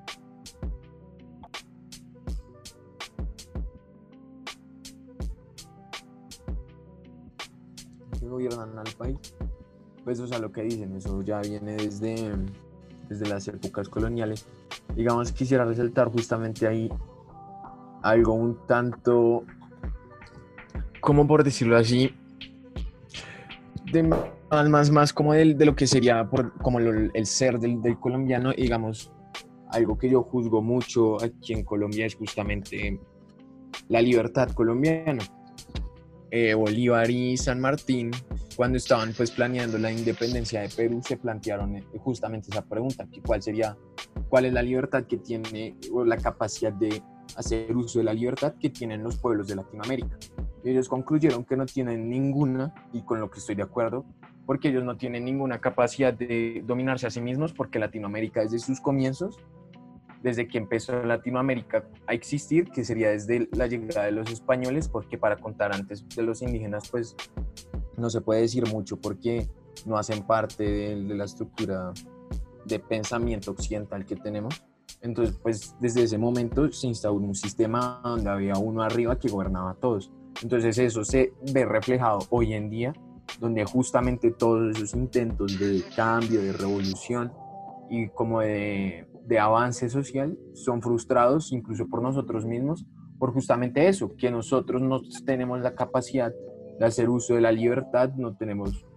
Que gobiernan al país. Pues, o sea, lo que dicen, eso ya viene desde, desde las épocas coloniales. Digamos, quisiera resaltar justamente ahí algo un tanto, como por decirlo así, de más, más, más como del, de lo que sería por, como lo, el ser del, del colombiano. Digamos, algo que yo juzgo mucho aquí en Colombia es justamente la libertad colombiana. Eh, Bolívar y San Martín, cuando estaban pues planeando la independencia de Perú, se plantearon justamente esa pregunta, que cuál sería, cuál es la libertad que tiene, o la capacidad de hacer uso de la libertad que tienen los pueblos de Latinoamérica. Y ellos concluyeron que no tienen ninguna, y con lo que estoy de acuerdo, porque ellos no tienen ninguna capacidad de dominarse a sí mismos, porque Latinoamérica desde sus comienzos, desde que empezó Latinoamérica a existir, que sería desde la llegada de los españoles, porque para contar antes de los indígenas, pues no se puede decir mucho porque no hacen parte de, de la estructura de pensamiento occidental que tenemos. Entonces, pues desde ese momento se instauró un sistema donde había uno arriba que gobernaba a todos. Entonces eso se ve reflejado hoy en día, donde justamente todos esos intentos de cambio, de revolución y como de, de avance social son frustrados incluso por nosotros mismos, por justamente eso, que nosotros no tenemos la capacidad de hacer uso de la libertad, no tenemos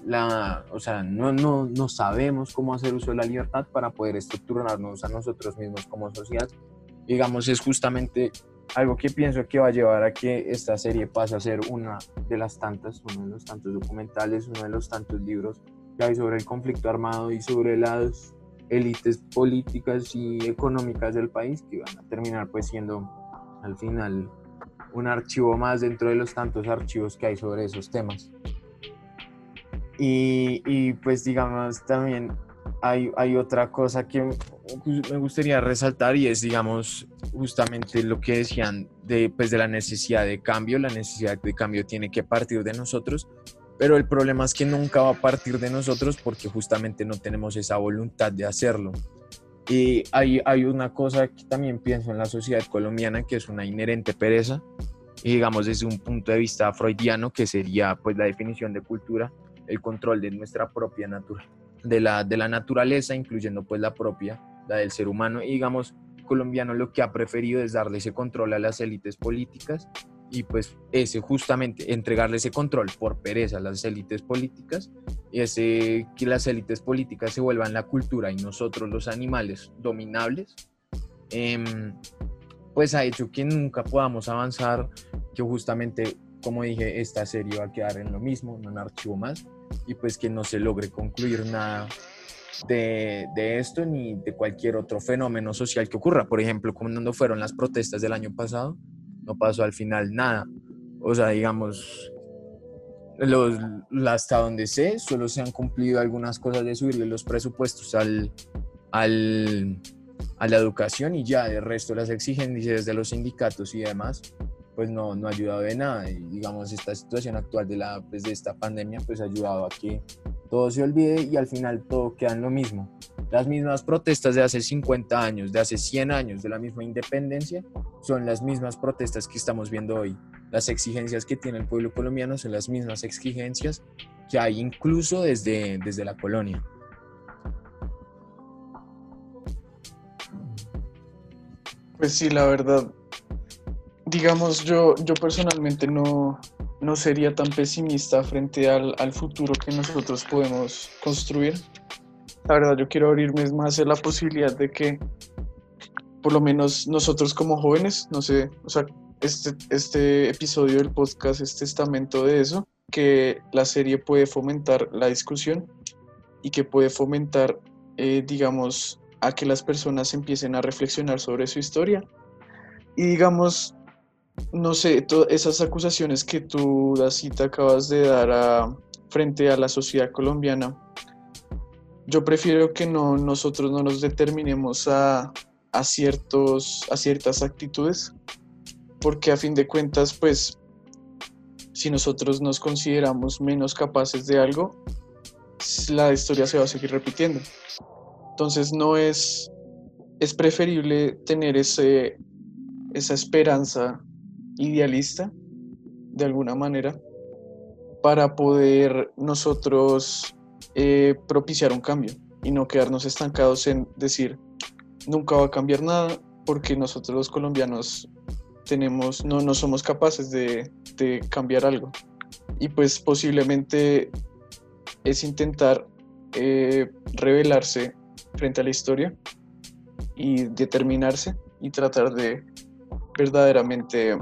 la, o sea, no, no, no sabemos cómo hacer uso de la libertad para poder estructurarnos a nosotros mismos como sociedad. Digamos, es justamente algo que pienso que va a llevar a que esta serie pase a ser una de las tantas, uno de los tantos documentales, uno de los tantos libros que hay sobre el conflicto armado y sobre las élites políticas y económicas del país, que van a terminar pues siendo al final un archivo más dentro de los tantos archivos que hay sobre esos temas. Y, y pues digamos también hay, hay otra cosa que me gustaría resaltar, y es digamos justamente lo que decían de, pues, de la necesidad de cambio. La necesidad de cambio tiene que partir de nosotros, pero el problema es que nunca va a partir de nosotros porque justamente no tenemos esa voluntad de hacerlo. Y hay, hay una cosa que también pienso en la sociedad colombiana, que es una inherente pereza, y digamos desde un punto de vista freudiano, que sería pues la definición de cultura, el control de nuestra propia natura, de la, de la naturaleza, incluyendo pues la propia, la del ser humano. Y digamos, colombiano lo que ha preferido es darle ese control a las élites políticas, y pues ese justamente entregarle ese control por pereza a las élites políticas, y ese que las élites políticas se vuelvan la cultura y nosotros los animales dominables, eh, pues ha hecho que nunca podamos avanzar, que justamente, como dije, esta serie va a quedar en lo mismo, en un archivo más, y pues que no se logre concluir nada de, de esto ni de cualquier otro fenómeno social que ocurra. Por ejemplo, cuando fueron las protestas del año pasado, no pasó al final nada. O sea, digamos, los, hasta donde sé, solo se han cumplido algunas cosas de subirle los presupuestos al, al, a la educación, y ya de resto las exigencias de los sindicatos y demás pues no, no ha ayudado de nada. Y digamos, esta situación actual de, la, pues, de esta pandemia pues ha ayudado a que todo se olvide y al final todo queda en lo mismo. Las mismas protestas de hace cincuenta años, de hace cien años, de la misma independencia, son las mismas protestas que estamos viendo hoy. Las exigencias que tiene el pueblo colombiano son las mismas exigencias que hay incluso desde, desde la colonia. Pues sí, la verdad, digamos, yo, yo personalmente no, no sería tan pesimista frente al, al futuro que nosotros podemos construir. La verdad, yo quiero abrirme más a la posibilidad de que, por lo menos nosotros como jóvenes, no sé, o sea, este, este episodio del podcast es testamento de eso, que la serie puede fomentar la discusión y que puede fomentar, eh, digamos, a que las personas empiecen a reflexionar sobre su historia. Y digamos, no sé, to- esas acusaciones que tú, Dacita, acabas de dar a, frente a la sociedad colombiana, yo prefiero que no, nosotros no nos determinemos a, a, ciertos, a ciertas actitudes, porque a fin de cuentas, pues, si nosotros nos consideramos menos capaces de algo, la historia se va a seguir repitiendo. Entonces no es, es preferible tener ese, esa esperanza idealista, de alguna manera, para poder nosotros eh, propiciar un cambio y no quedarnos estancados en decir nunca va a cambiar nada porque nosotros los colombianos tenemos, no, no somos capaces de, de cambiar algo. Y pues posiblemente es intentar eh, rebelarse frente a la historia y determinarse y tratar de verdaderamente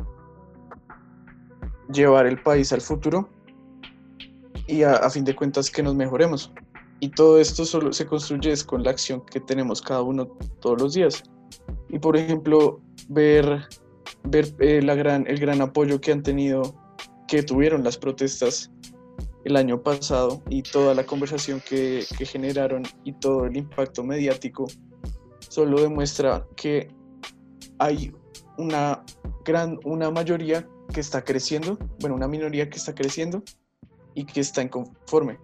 llevar el país al futuro y a, a fin de cuentas que nos mejoremos. Y todo esto solo se construye es con la acción que tenemos cada uno todos los días. Y por ejemplo, ver, ver eh, la gran, el gran apoyo que han tenido, que tuvieron las protestas el año pasado y toda la conversación que, que generaron y todo el impacto mediático, solo demuestra que hay una gran, una mayoría que está creciendo, bueno, una minoría que está creciendo y que está inconforme.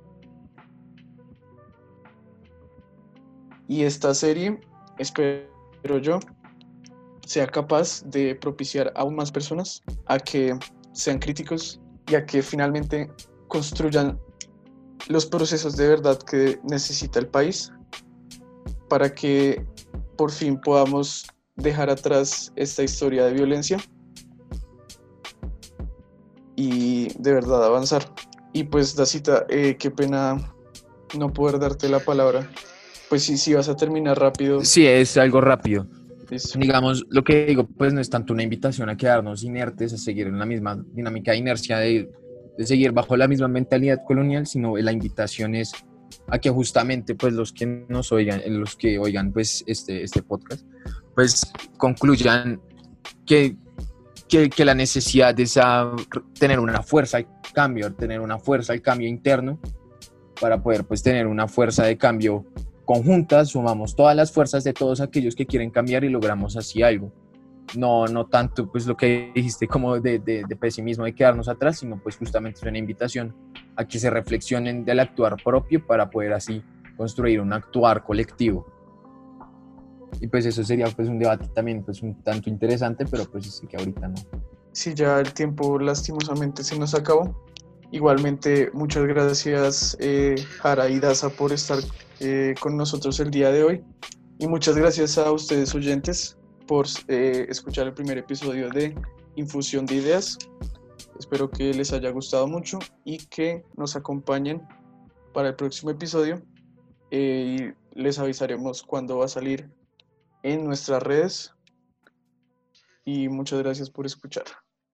Y esta serie, espero yo, sea capaz de propiciar aún más personas a que sean críticos y a que finalmente construyan los procesos de verdad que necesita el país para que por fin podamos dejar atrás esta historia de violencia y de verdad avanzar. Y pues, Dacita, eh, qué pena no poder darte la palabra. Pues sí, sí vas a terminar rápido. Sí, es algo rápido. Listo. Digamos, lo que digo, pues no es tanto una invitación a quedarnos inertes, a seguir en la misma dinámica de inercia, de, de seguir bajo la misma mentalidad colonial, sino la invitación es a que justamente pues los que nos oigan, los que oigan pues este, este podcast, pues concluyan que, que, que la necesidad de esa, tener una fuerza al cambio, tener una fuerza al cambio interno, para poder pues tener una fuerza de cambio conjunta, sumamos todas las fuerzas de todos aquellos que quieren cambiar y logramos así algo. No, no tanto pues lo que dijiste como de, de, de pesimismo, de quedarnos atrás, sino pues justamente es una invitación a que se reflexionen del actuar propio para poder así construir un actuar colectivo. Y pues eso sería pues un debate también pues un tanto interesante, pero pues sí que ahorita no. Sí, ya el tiempo lastimosamente se nos acabó. Igualmente, muchas gracias eh, Jara y Daza por estar eh, con nosotros el día de hoy. Y muchas gracias a ustedes oyentes por eh, escuchar el primer episodio de Infusión de Ideas. Espero que les haya gustado mucho y que nos acompañen para el próximo episodio. Eh, y les avisaremos cuándo va a salir en nuestras redes. Y muchas gracias por escuchar.